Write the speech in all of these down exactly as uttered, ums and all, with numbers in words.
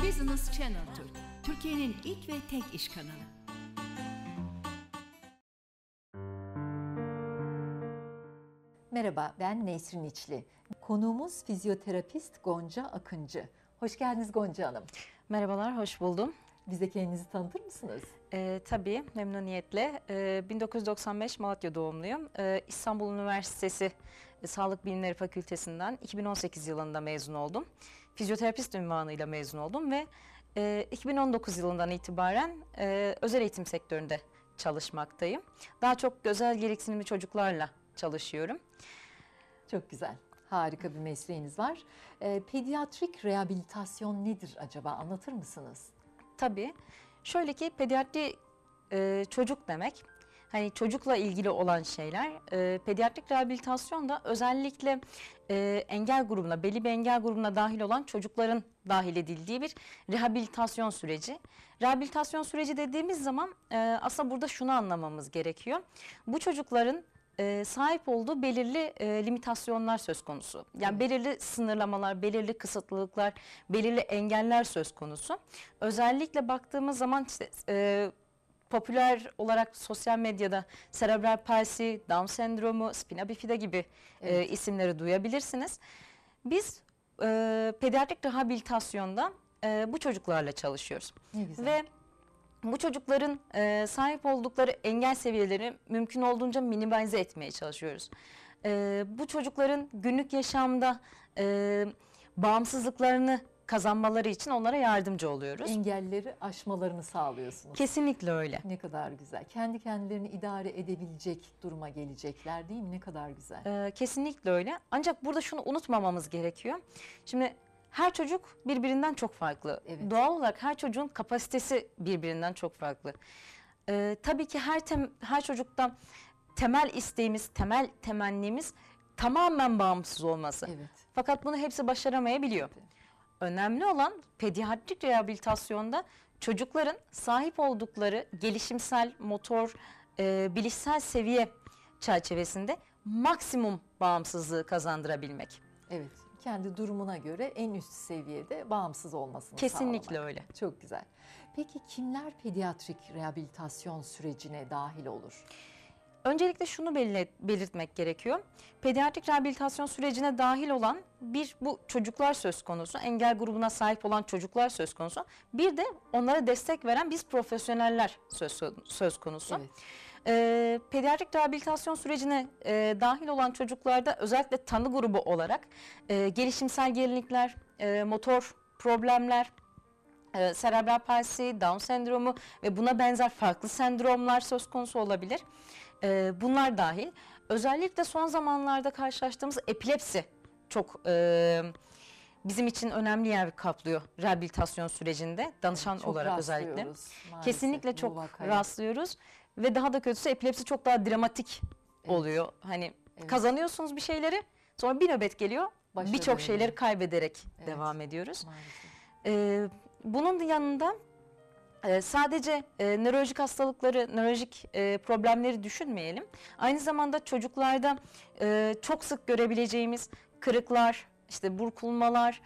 Business Channel Türk, Türkiye'nin ilk ve tek iş kanalı. Merhaba, ben Nesrin İçli. Konuğumuz fizyoterapist Gonca Akıncı. Hoş geldiniz Gonca Hanım. Merhabalar, hoş buldum. Bize kendinizi tanıtır mısınız? Ee, tabii, memnuniyetle. Ee, bin dokuz yüz doksan beş Malatya doğumluyum. Ee, İstanbul Üniversitesi e, Sağlık Bilimleri Fakültesinden iki bin on sekiz yılında mezun oldum. Fizyoterapist unvanıyla mezun oldum ve e, iki bin on dokuz yılından itibaren e, özel eğitim sektöründe çalışmaktayım. Daha çok özel gereksinimli çocuklarla çalışıyorum. Çok güzel. Harika bir mesleğiniz var. E, pediatrik rehabilitasyon nedir acaba? Anlatır mısınız? Tabii. Şöyle ki pediatri e, çocuk demek. Hani çocukla ilgili olan şeyler. E, pediatrik rehabilitasyon da özellikle e, engel grubuna, belli bir engel grubuna dahil olan çocukların dahil edildiği bir rehabilitasyon süreci. Rehabilitasyon süreci dediğimiz zaman e, aslında burada şunu anlamamız gerekiyor. Bu çocukların E, sahip olduğu belirli e, limitasyonlar söz konusu. Yani evet. belirli sınırlamalar, belirli kısıtlılıklar, belirli engeller söz konusu. Özellikle baktığımız zaman işte e, popüler olarak sosyal medyada serebral palsi, Down sendromu, spina bifida gibi evet. e, isimleri duyabilirsiniz. Biz e, pediatrik rehabilitasyonda e, bu çocuklarla çalışıyoruz. Ne güzel. Ve bu çocukların e, sahip oldukları engel seviyeleri mümkün olduğunca minimize etmeye çalışıyoruz. E, bu çocukların günlük yaşamda e, bağımsızlıklarını kazanmaları için onlara yardımcı oluyoruz. Engelleri aşmalarını sağlıyorsunuz. Kesinlikle öyle. Ne kadar güzel. Kendi kendilerini idare edebilecek duruma gelecekler değil mi? Ne kadar güzel. E, kesinlikle öyle. Ancak burada şunu unutmamamız gerekiyor. Şimdi her çocuk birbirinden çok farklı. Evet. Doğal olarak her çocuğun kapasitesi birbirinden çok farklı. Ee, tabii ki her tem, her çocuktan temel isteğimiz, temel temennimiz tamamen bağımsız olması. Evet. Fakat bunu hepsi başaramayabiliyor. Evet. Önemli olan pediatrik rehabilitasyonda çocukların sahip oldukları gelişimsel, motor, e, bilişsel seviye çerçevesinde maksimum bağımsızlığı kazandırabilmek. Evet. Kendi durumuna göre en üst seviyede bağımsız olmasını Kesinlikle sağlamak. öyle. Çok güzel. Peki kimler pediatrik rehabilitasyon sürecine dahil olur? Öncelikle şunu belirtmek gerekiyor. Pediatrik rehabilitasyon sürecine dahil olan bir bu çocuklar söz konusu, engel grubuna sahip olan çocuklar söz konusu. Bir de onlara destek veren biz profesyoneller söz, söz konusu. Evet. Ee, pediatrik rehabilitasyon sürecine e, dahil olan çocuklarda özellikle tanı grubu olarak e, gelişimsel gerilikler, e, motor problemler, e, serebral palsi, Down sendromu ve buna benzer farklı sendromlar söz konusu olabilir. E, bunlar dahil. Özellikle son zamanlarda karşılaştığımız epilepsi çok e, bizim için önemli yer kaplıyor rehabilitasyon sürecinde, danışan çok olarak özellikle. Maalesef, kesinlikle çok rastlıyoruz. Ve daha da kötüsü epilepsi çok daha dramatik evet. oluyor. Hani evet. kazanıyorsunuz bir şeyleri, sonra bir nöbet geliyor, birçok şeyleri kaybederek evet. devam ediyoruz. Ee, bunun yanında e, sadece e, nörolojik hastalıkları, nörolojik e, problemleri düşünmeyelim. Aynı zamanda çocuklarda e, çok sık görebileceğimiz kırıklar, işte burkulmalar,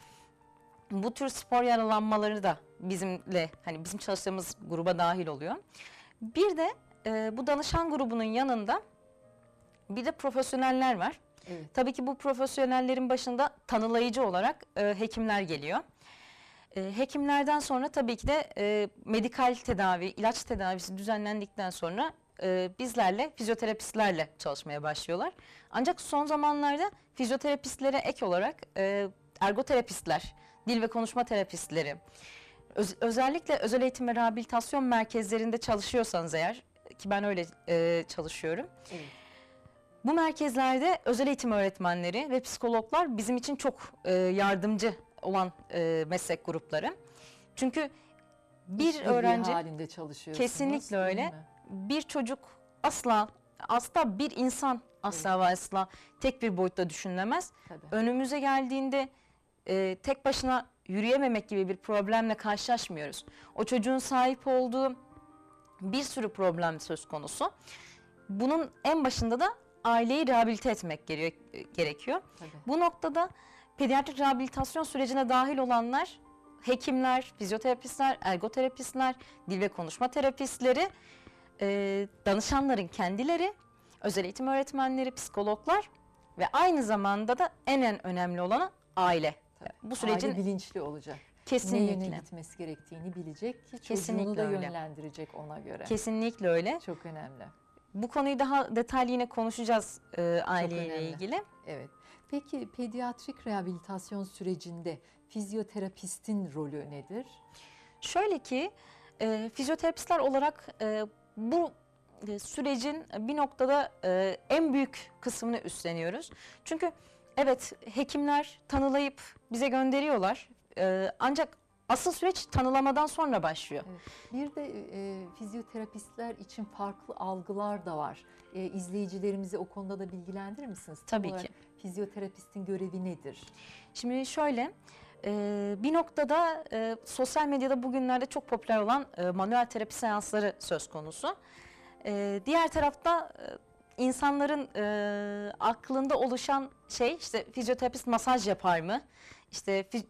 bu tür spor yaralanmaları da bizimle, hani bizim çalıştığımız gruba dahil oluyor. Bir de e, bu danışan grubunun yanında bir de profesyoneller var. Evet. Tabii ki bu profesyonellerin başında tanılayıcı olarak e, hekimler geliyor. E, hekimlerden sonra tabii ki de e, medikal tedavi, ilaç tedavisi düzenlendikten sonra e, bizlerle, fizyoterapistlerle çalışmaya başlıyorlar. Ancak son zamanlarda fizyoterapistlere ek olarak e, ergoterapistler, dil ve konuşma terapistleri, öz, özellikle özel eğitim ve rehabilitasyon merkezlerinde çalışıyorsanız eğer, ki ben öyle e, çalışıyorum. Evet. Bu merkezlerde özel eğitim öğretmenleri ve psikologlar bizim için çok e, yardımcı olan e, meslek grupları. Çünkü bir İş öğrenci halinde çalışıyorsunuz. Kesinlikle öyle. Bir çocuk asla, asla bir insan asla evet. ve asla tek bir boyutta düşünülemez. Tabii. Önümüze geldiğinde e, tek başına yürüyememek gibi bir problemle karşılaşmıyoruz. O çocuğun sahip olduğu bir sürü problem söz konusu. Bunun en başında da aileyi rehabilite etmek gerekiyor. Tabii. Bu noktada pediatrik rehabilitasyon sürecine dahil olanlar hekimler, fizyoterapistler, ergoterapistler, dil ve konuşma terapistleri, e, danışanların kendileri, özel eğitim öğretmenleri, psikologlar ve aynı zamanda da en en önemli olanı aile. Tabii. Bu sürecin Aile bilinçli olacak. kesinlikle Ne yöne gitmesi gerektiğini bilecek ki çocuğunu Kesinlikle da öyle. yönlendirecek ona göre. kesinlikle öyle. Çok önemli. Bu konuyu daha detaylı yine konuşacağız e, aileyle önemli. ilgili. Evet. Peki pediatrik rehabilitasyon sürecinde fizyoterapistin rolü nedir? Şöyle ki e, fizyoterapistler olarak e, bu e, sürecin bir noktada e, en büyük kısmını üstleniyoruz. Çünkü evet, hekimler tanılayıp bize gönderiyorlar. E, ancak asıl süreç tanılamadan sonra başlıyor. Evet. Bir de e, fizyoterapistler için farklı algılar da var. E, izleyicilerimizi o konuda da bilgilendirir misiniz? Tam Tabii olarak ki. Fizyoterapistin görevi nedir? Şimdi şöyle, e, bir noktada e, sosyal medyada bugünlerde çok popüler olan e, manuel terapi seansları söz konusu. E, diğer tarafta e, insanların e, aklında oluşan şey, işte fizyoterapist masaj yapar mı? İşte fi-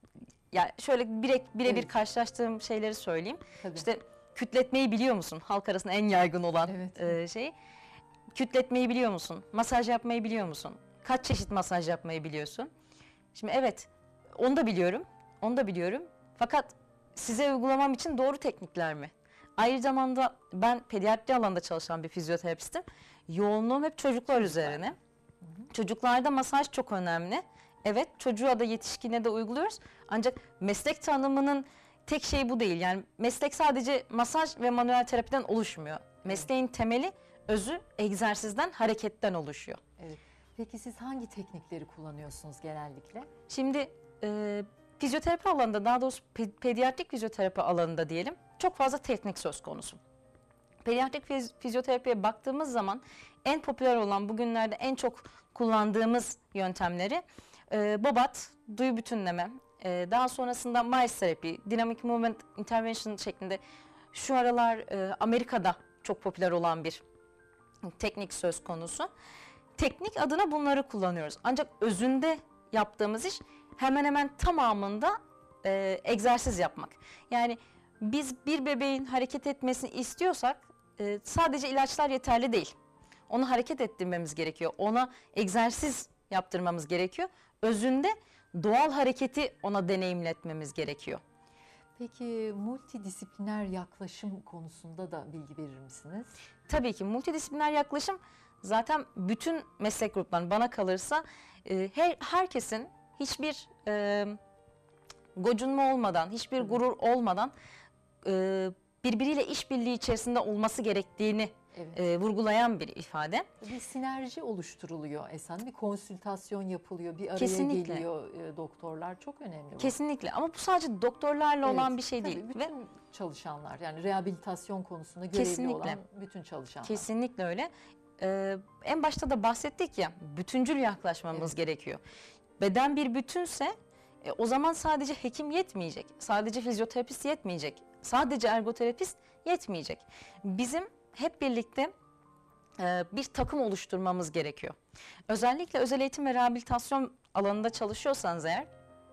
ya şöyle bire, birebir Evet. karşılaştığım şeyleri söyleyeyim. Tabii. İşte kütletmeyi biliyor musun? Halk arasında en yaygın olan Evet. e, şey. Kütletmeyi biliyor musun? Masaj yapmayı biliyor musun? Kaç çeşit masaj yapmayı biliyorsun? Şimdi evet, onu da biliyorum. Onu da biliyorum. Fakat size uygulamam için doğru teknikler mi? Aynı zamanda ben pediatri alanında çalışan bir fizyoterapistim. Yoğunluğum hep çocuklar üzerine. Çocuklarda masaj çok önemli. Evet, çocuğa da yetişkine de uyguluyoruz. Ancak meslek tanımının tek şeyi bu değil. Yani meslek sadece masaj ve manuel terapiden oluşmuyor. Mesleğin temeli, özü egzersizden, hareketten oluşuyor. Evet. Peki siz hangi teknikleri kullanıyorsunuz genellikle? Şimdi e, fizyoterapi alanında, daha doğrusu pe- pediatrik fizyoterapi alanında diyelim, çok fazla teknik söz konusu. Pediatrik fiz- fizyoterapiye baktığımız zaman en popüler olan, bugünlerde en çok kullandığımız yöntemleri e, Bobat, duyu bütünleme, e, daha sonrasında Miles terapi, Dynamic Movement Intervention şeklinde şu aralar e, Amerika'da çok popüler olan bir teknik söz konusu. Teknik adına bunları kullanıyoruz. Ancak özünde yaptığımız iş hemen hemen tamamında e, egzersiz yapmak. Yani biz bir bebeğin hareket etmesini istiyorsak e, sadece ilaçlar yeterli değil. Onu hareket ettirmemiz gerekiyor. Ona egzersiz yaptırmamız gerekiyor. Özünde doğal hareketi ona deneyimletmemiz gerekiyor. Peki multidisipliner yaklaşım konusunda da bilgi verir misiniz? Tabii ki multidisipliner yaklaşım zaten bütün meslek gruplarının, bana kalırsa e, her herkesin hiçbir e, gocunma olmadan, hiçbir gurur olmadan e, birbiriyle işbirliği içerisinde olması gerektiğini Evet. e, vurgulayan bir ifade. Bir sinerji oluşturuluyor Esen. Bir konsültasyon yapılıyor, bir araya Kesinlikle. geliyor e, doktorlar. Çok önemli bu. Kesinlikle, ama bu sadece doktorlarla olan Evet, bir şey tabii değil. bütün Ve çalışanlar, yani rehabilitasyon konusunda görevli Kesinlikle. olan bütün çalışanlar. kesinlikle öyle. Ee, en başta da bahsettik ya, bütüncül yaklaşmamız Evet. gerekiyor. Beden bir bütünse e, o zaman sadece hekim yetmeyecek, sadece fizyoterapist yetmeyecek, sadece ergoterapist yetmeyecek. Bizim hep birlikte e, bir takım oluşturmamız gerekiyor. Özellikle özel eğitim ve rehabilitasyon alanında çalışıyorsanız eğer,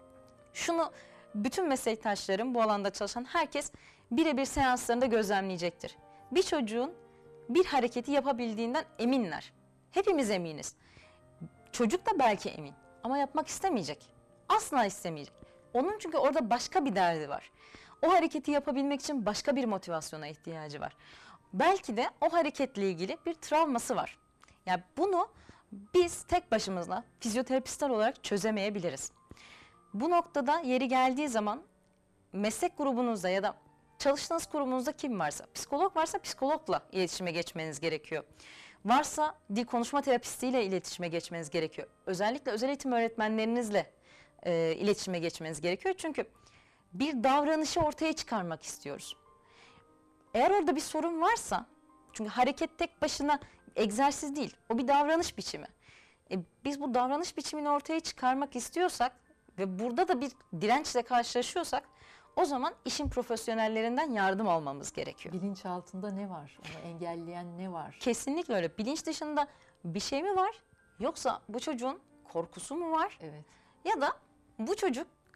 şunu bütün meslektaşlarım, bu alanda çalışan herkes birebir seanslarında gözlemleyecektir. Bir çocuğun bir hareketi yapabildiğinden eminler. Hepimiz eminiz. Çocuk da belki emin ama yapmak istemeyecek. Asla istemeyecek. Onun çünkü orada başka bir derdi var. O hareketi yapabilmek için başka bir motivasyona ihtiyacı var. Belki de o hareketle ilgili bir travması var. Yani bunu biz tek başımızla fizyoterapistler olarak çözemeyebiliriz. Bu noktada yeri geldiği zaman meslek grubunuzda ya da çalıştığınız kurumunuzda kim varsa, psikolog varsa psikologla iletişime geçmeniz gerekiyor. Varsa dil konuşma terapistiyle iletişime geçmeniz gerekiyor. Özellikle özel eğitim öğretmenlerinizle e, iletişime geçmeniz gerekiyor. Çünkü bir davranışı ortaya çıkarmak istiyoruz. Eğer orada bir sorun varsa, çünkü hareket tek başına egzersiz değil, o bir davranış biçimi. E, biz bu davranış biçimini ortaya çıkarmak istiyorsak ve burada da bir dirençle karşılaşıyorsak, o zaman işin profesyonellerinden yardım almamız gerekiyor. Bilinç altında ne var? Onu engelleyen ne var? Kesinlikle öyle. Bilinç dışında bir şey mi var? Yoksa bu çocuğun korkusu mu var? Evet. Ya da bu çocuk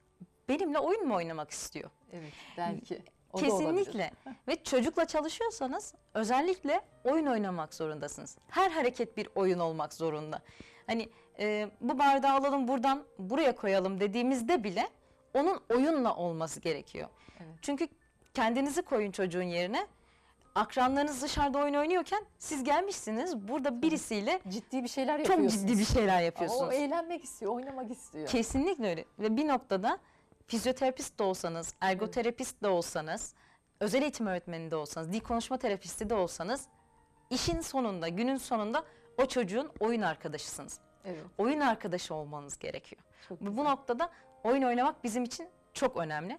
benimle oyun mu oynamak istiyor? Evet, belki. O da olabilir. Kesinlikle. Ve çocukla çalışıyorsanız özellikle oyun oynamak zorundasınız. Her hareket bir oyun olmak zorunda. Hani e, bu bardağı alalım buradan buraya koyalım dediğimizde bile onun oyunla olması gerekiyor. Evet. Çünkü kendinizi koyun çocuğun yerine. Akranlarınız dışarıda oyun oynuyorken siz gelmişsiniz burada birisiyle Ciddi bir şeyler çok yapıyorsunuz. ciddi bir şeyler Ama yapıyorsunuz. o eğlenmek istiyor, oynamak istiyor. Kesinlikle öyle. Ve bir noktada fizyoterapist de olsanız, ergoterapist de olsanız, özel eğitim öğretmeni de olsanız, dil konuşma terapisti de olsanız işin sonunda, günün sonunda o çocuğun oyun arkadaşısınız. Evet. Oyun arkadaşı olmanız gerekiyor. Çok Bu güzel. noktada oyun oynamak bizim için çok önemli.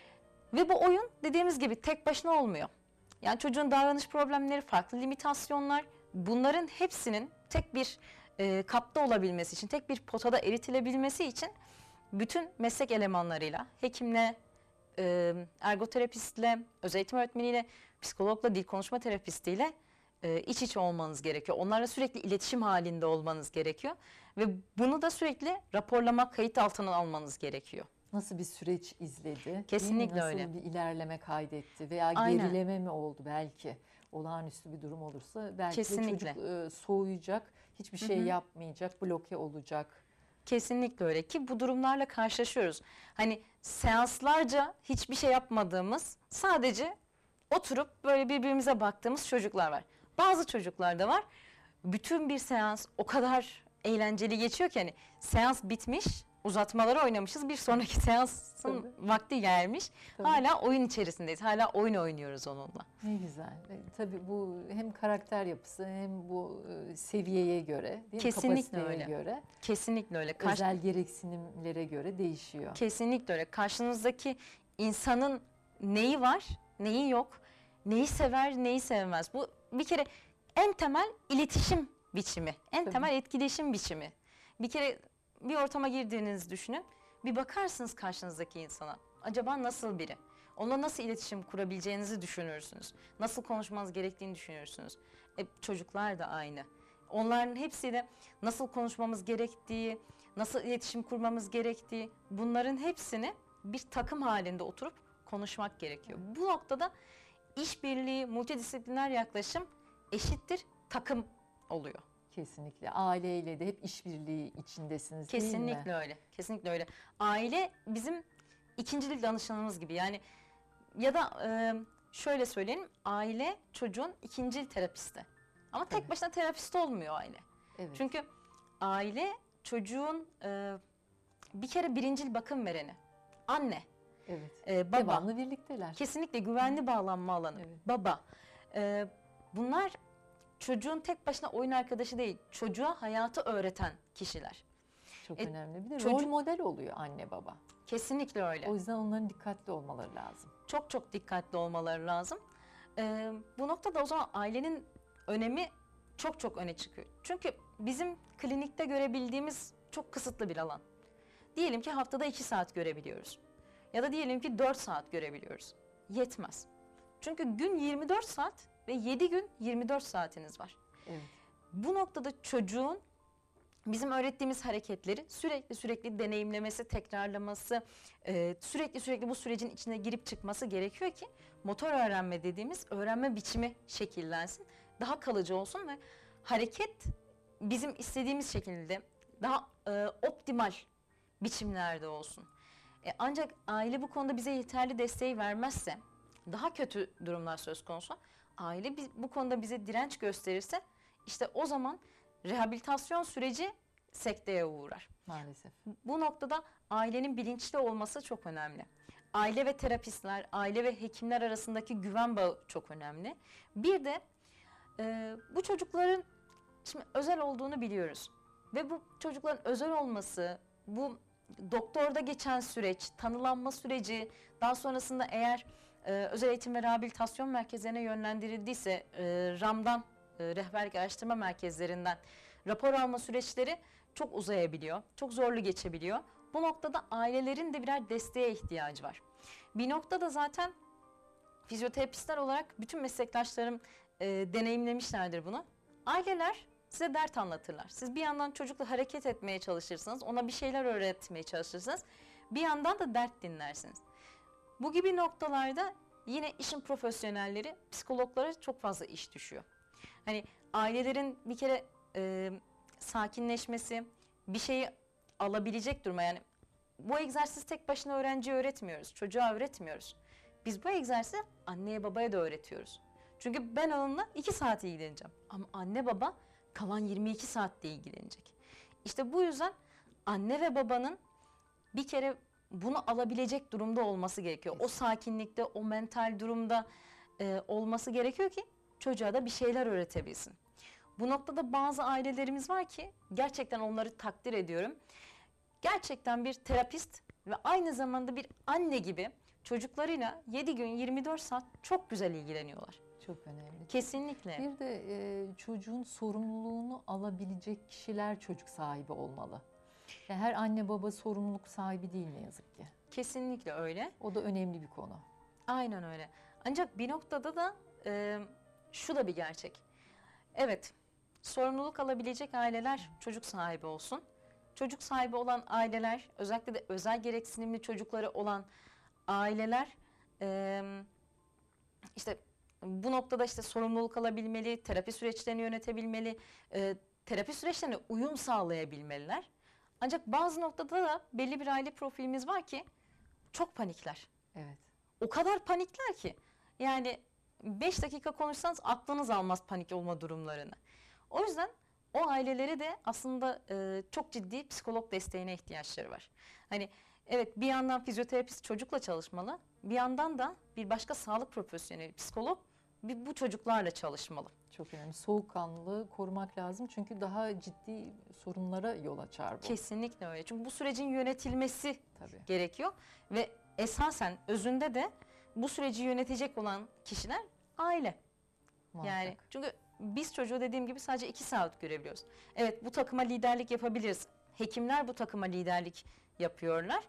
Ve bu oyun dediğimiz gibi tek başına olmuyor. Yani çocuğun davranış problemleri, farklı limitasyonlar, bunların hepsinin tek bir e, kapta olabilmesi için, tek bir potada eritilebilmesi için bütün meslek elemanlarıyla, hekimle, e, ergoterapistle, özel eğitim öğretmeniyle, psikologla, dil konuşma terapistiyle e, iç içe olmanız gerekiyor. Onlarla sürekli iletişim halinde olmanız gerekiyor. Ve bunu da sürekli raporlama, kayıt altına almanız gerekiyor. Nasıl bir süreç izledi? değil mi? Kesinlikle Nasıl öyle. bir ilerleme kaydetti veya Aynen. gerileme mi oldu belki? Olağanüstü bir durum olursa belki de Kesinlikle. çocuk e, soğuyacak, hiçbir şey Hı hı. yapmayacak, bloke olacak. Kesinlikle öyle ki bu durumlarla karşılaşıyoruz. Hani seanslarca hiçbir şey yapmadığımız, sadece oturup böyle birbirimize baktığımız çocuklar var. Bazı çocuklar da var. Bütün bir seans o kadar eğlenceli geçiyor ki hani seans bitmiş, uzatmaları oynamışız. Bir sonraki seansın Tabii. vakti gelmiş. Tabii. Hala oyun içerisindeyiz. Hala oyun oynuyoruz onunla. Ne güzel. E, tabii bu hem karakter yapısı hem bu e, seviyeye göre, değil mi? Kesinlikle Kapasiteye öyle. göre, Kesinlikle öyle. Karşı- özel gereksinimlere göre değişiyor. Kesinlikle öyle. Karşınızdaki insanın neyi var, neyi yok, neyi sever, neyi sevmez. Bu bir kere en temel iletişim biçimi, en Tabii. temel etkileşim biçimi. Bir kere bir ortama girdiğinizi düşünün, bir bakarsınız karşınızdaki insana. Acaba nasıl biri? Onunla nasıl iletişim kurabileceğinizi düşünürsünüz. Nasıl konuşmanız gerektiğini düşünürsünüz. E, çocuklar da aynı. Onların hepsiyle nasıl konuşmamız gerektiği, nasıl iletişim kurmamız gerektiği, bunların hepsini bir takım halinde oturup konuşmak gerekiyor. Bu noktada işbirliği, multidisipliner yaklaşım eşittir takım oluyor. Kesinlikle. Aileyle de hep işbirliği içindesiniz, değil mi? Kesinlikle öyle. Kesinlikle öyle. Aile bizim ikinci dil danışanımız gibi. Yani ya da e, şöyle söyleyelim, aile çocuğun ikincil terapisti. Ama tek Evet. başına terapist olmuyor aile. Evet. Çünkü aile çocuğun e, bir kere birincil bakım vereni. Anne, Evet. e, baba. Devamlı birlikteler. Kesinlikle güvenli bağlanma alanı. Evet. Baba. E, bunlar çocuğun tek başına oyun arkadaşı değil, çocuğa hayatı öğreten kişiler. Çok E, önemli. Bir de çocuk- rol model oluyor anne baba. Kesinlikle öyle. O yüzden onların dikkatli olmaları lazım. Çok çok dikkatli olmaları lazım. Ee, bu noktada o zaman ailenin önemi çok çok öne çıkıyor. Çünkü bizim klinikte görebildiğimiz çok kısıtlı bir alan. Diyelim ki haftada iki saat görebiliyoruz. Ya da diyelim ki dört saat görebiliyoruz. Yetmez. Çünkü gün yirmi dört saat ve yedi gün yirmi dört saatiniz var. Evet. Bu noktada çocuğun bizim öğrettiğimiz hareketleri sürekli sürekli deneyimlemesi, tekrarlaması, e, sürekli sürekli bu sürecin içine girip çıkması gerekiyor ki motor öğrenme dediğimiz öğrenme biçimi şekillensin, daha kalıcı olsun ve hareket bizim istediğimiz şekilde daha e, optimal biçimlerde olsun. E, ancak aile bu konuda bize yeterli desteği vermezse, daha kötü durumlar söz konusu, aile bi- bu konuda bize direnç gösterirse, işte o zaman rehabilitasyon süreci sekteye uğrar. Maalesef. Bu noktada ailenin bilinçli olması çok önemli. Aile ve terapistler, aile ve hekimler arasındaki güven bağı çok önemli. Bir de e, bu çocukların şimdi özel olduğunu biliyoruz. Ve bu çocukların özel olması, bu doktorda geçen süreç, tanılanma süreci, daha sonrasında eğer e, özel eğitim ve rehabilitasyon merkezlerine yönlendirildiyse, e, RAM'dan, e, rehberlik araştırma merkezlerinden rapor alma süreçleri çok uzayabiliyor, çok zorlu geçebiliyor. Bu noktada ailelerin de birer desteğe ihtiyacı var. Bir noktada zaten fizyoterapistler olarak bütün meslektaşlarım e, deneyimlemişlerdir bunu. Aileler size dert anlatırlar. Siz bir yandan çocukla hareket etmeye çalışırsınız, ona bir şeyler öğretmeye çalışırsınız. Bir yandan da dert dinlersiniz. Bu gibi noktalarda yine işin profesyonelleri, psikologlara çok fazla iş düşüyor. Hani ailelerin bir kere e, sakinleşmesi, bir şeyi alabilecek duruma, yani bu egzersizi tek başına öğrenciye öğretmiyoruz, çocuğa öğretmiyoruz. Biz bu egzersizi anneye babaya da öğretiyoruz. Çünkü ben onunla iki saat ilgileneceğim ama anne baba kalan yirmi iki saatte ilgilenecek. İşte bu yüzden anne ve babanın bir kere bunu alabilecek durumda olması gerekiyor. O sakinlikte, o mental durumda e, olması gerekiyor ki çocuğa da bir şeyler öğretebilsin. Bu noktada bazı ailelerimiz var ki gerçekten onları takdir ediyorum. Gerçekten bir terapist ve aynı zamanda bir anne gibi çocuklarıyla yedi gün yirmi dört saat çok güzel ilgileniyorlar. Çok önemli. Kesinlikle. Bir de e, çocuğun sorumluluğunu alabilecek kişiler çocuk sahibi olmalı. Yani her anne baba sorumluluk sahibi değil ne yazık ki. Kesinlikle öyle. O da önemli bir konu. Aynen öyle. Ancak bir noktada da e, şu da bir gerçek. Evet, sorumluluk alabilecek aileler çocuk sahibi olsun. Çocuk sahibi olan aileler, özellikle de özel gereksinimli çocukları olan aileler e, işte bu noktada işte sorumluluk alabilmeli, terapi süreçlerini yönetebilmeli, e, terapi süreçlerine uyum sağlayabilmeliler. Ancak bazı noktada da belli bir aile profilimiz var ki çok panikler. Evet. O kadar panikler ki yani beş dakika konuşsanız aklınız almaz panik olma durumlarını. O yüzden o ailelere de aslında e, çok ciddi psikolog desteğine ihtiyaçları var. Hani evet, bir yandan fizyoterapist çocukla çalışmalı, bir yandan da bir başka sağlık profesyoneli psikolog bir, bu çocuklarla çalışmalı. Çok önemli. Soğukkanlılığı korumak lazım çünkü daha ciddi sorunlara yol açar bu. Kesinlikle öyle. Çünkü bu sürecin yönetilmesi Tabii. gerekiyor ve esasen özünde de bu süreci yönetecek olan kişiler aile. Muhakkak. Yani çünkü biz çocuğu dediğim gibi sadece iki saat görebiliyoruz. Evet, bu takıma liderlik yapabiliriz. Hekimler bu takıma liderlik yapıyorlar.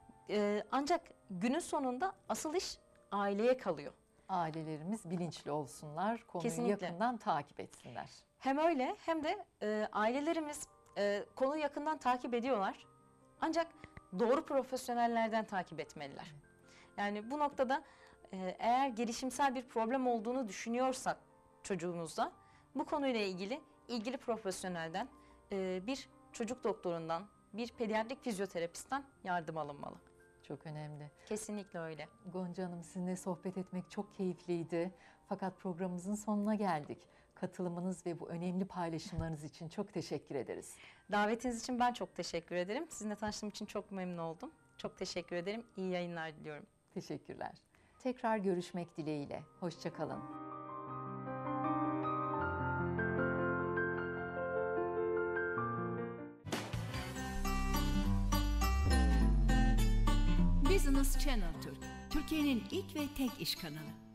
Ee, ancak günün sonunda asıl iş aileye kalıyor. Ailelerimiz bilinçli olsunlar, konuyu Kesinlikle. yakından takip etsinler. Hem öyle hem de e, ailelerimiz e, konuyu yakından takip ediyorlar. Ancak doğru profesyonellerden takip etmeliler. Yani bu noktada e, eğer gelişimsel bir problem olduğunu düşünüyorsak çocuğumuzda bu konuyla ilgili ilgili profesyonelden, e, bir çocuk doktorundan, bir pediatrik fizyoterapistten yardım alınmalı. Çok önemli. Kesinlikle öyle. Gonca Hanım, sizinle sohbet etmek çok keyifliydi. Fakat programımızın sonuna geldik. Katılımınız ve bu önemli paylaşımlarınız için çok teşekkür ederiz. Davetiniz için ben çok teşekkür ederim. Sizinle tanıştığım için çok memnun oldum. Çok teşekkür ederim. İyi yayınlar diliyorum. Teşekkürler. Tekrar görüşmek dileğiyle. Hoşça kalın. Business Channel Türk, Türkiye'nin ilk ve tek iş kanalı.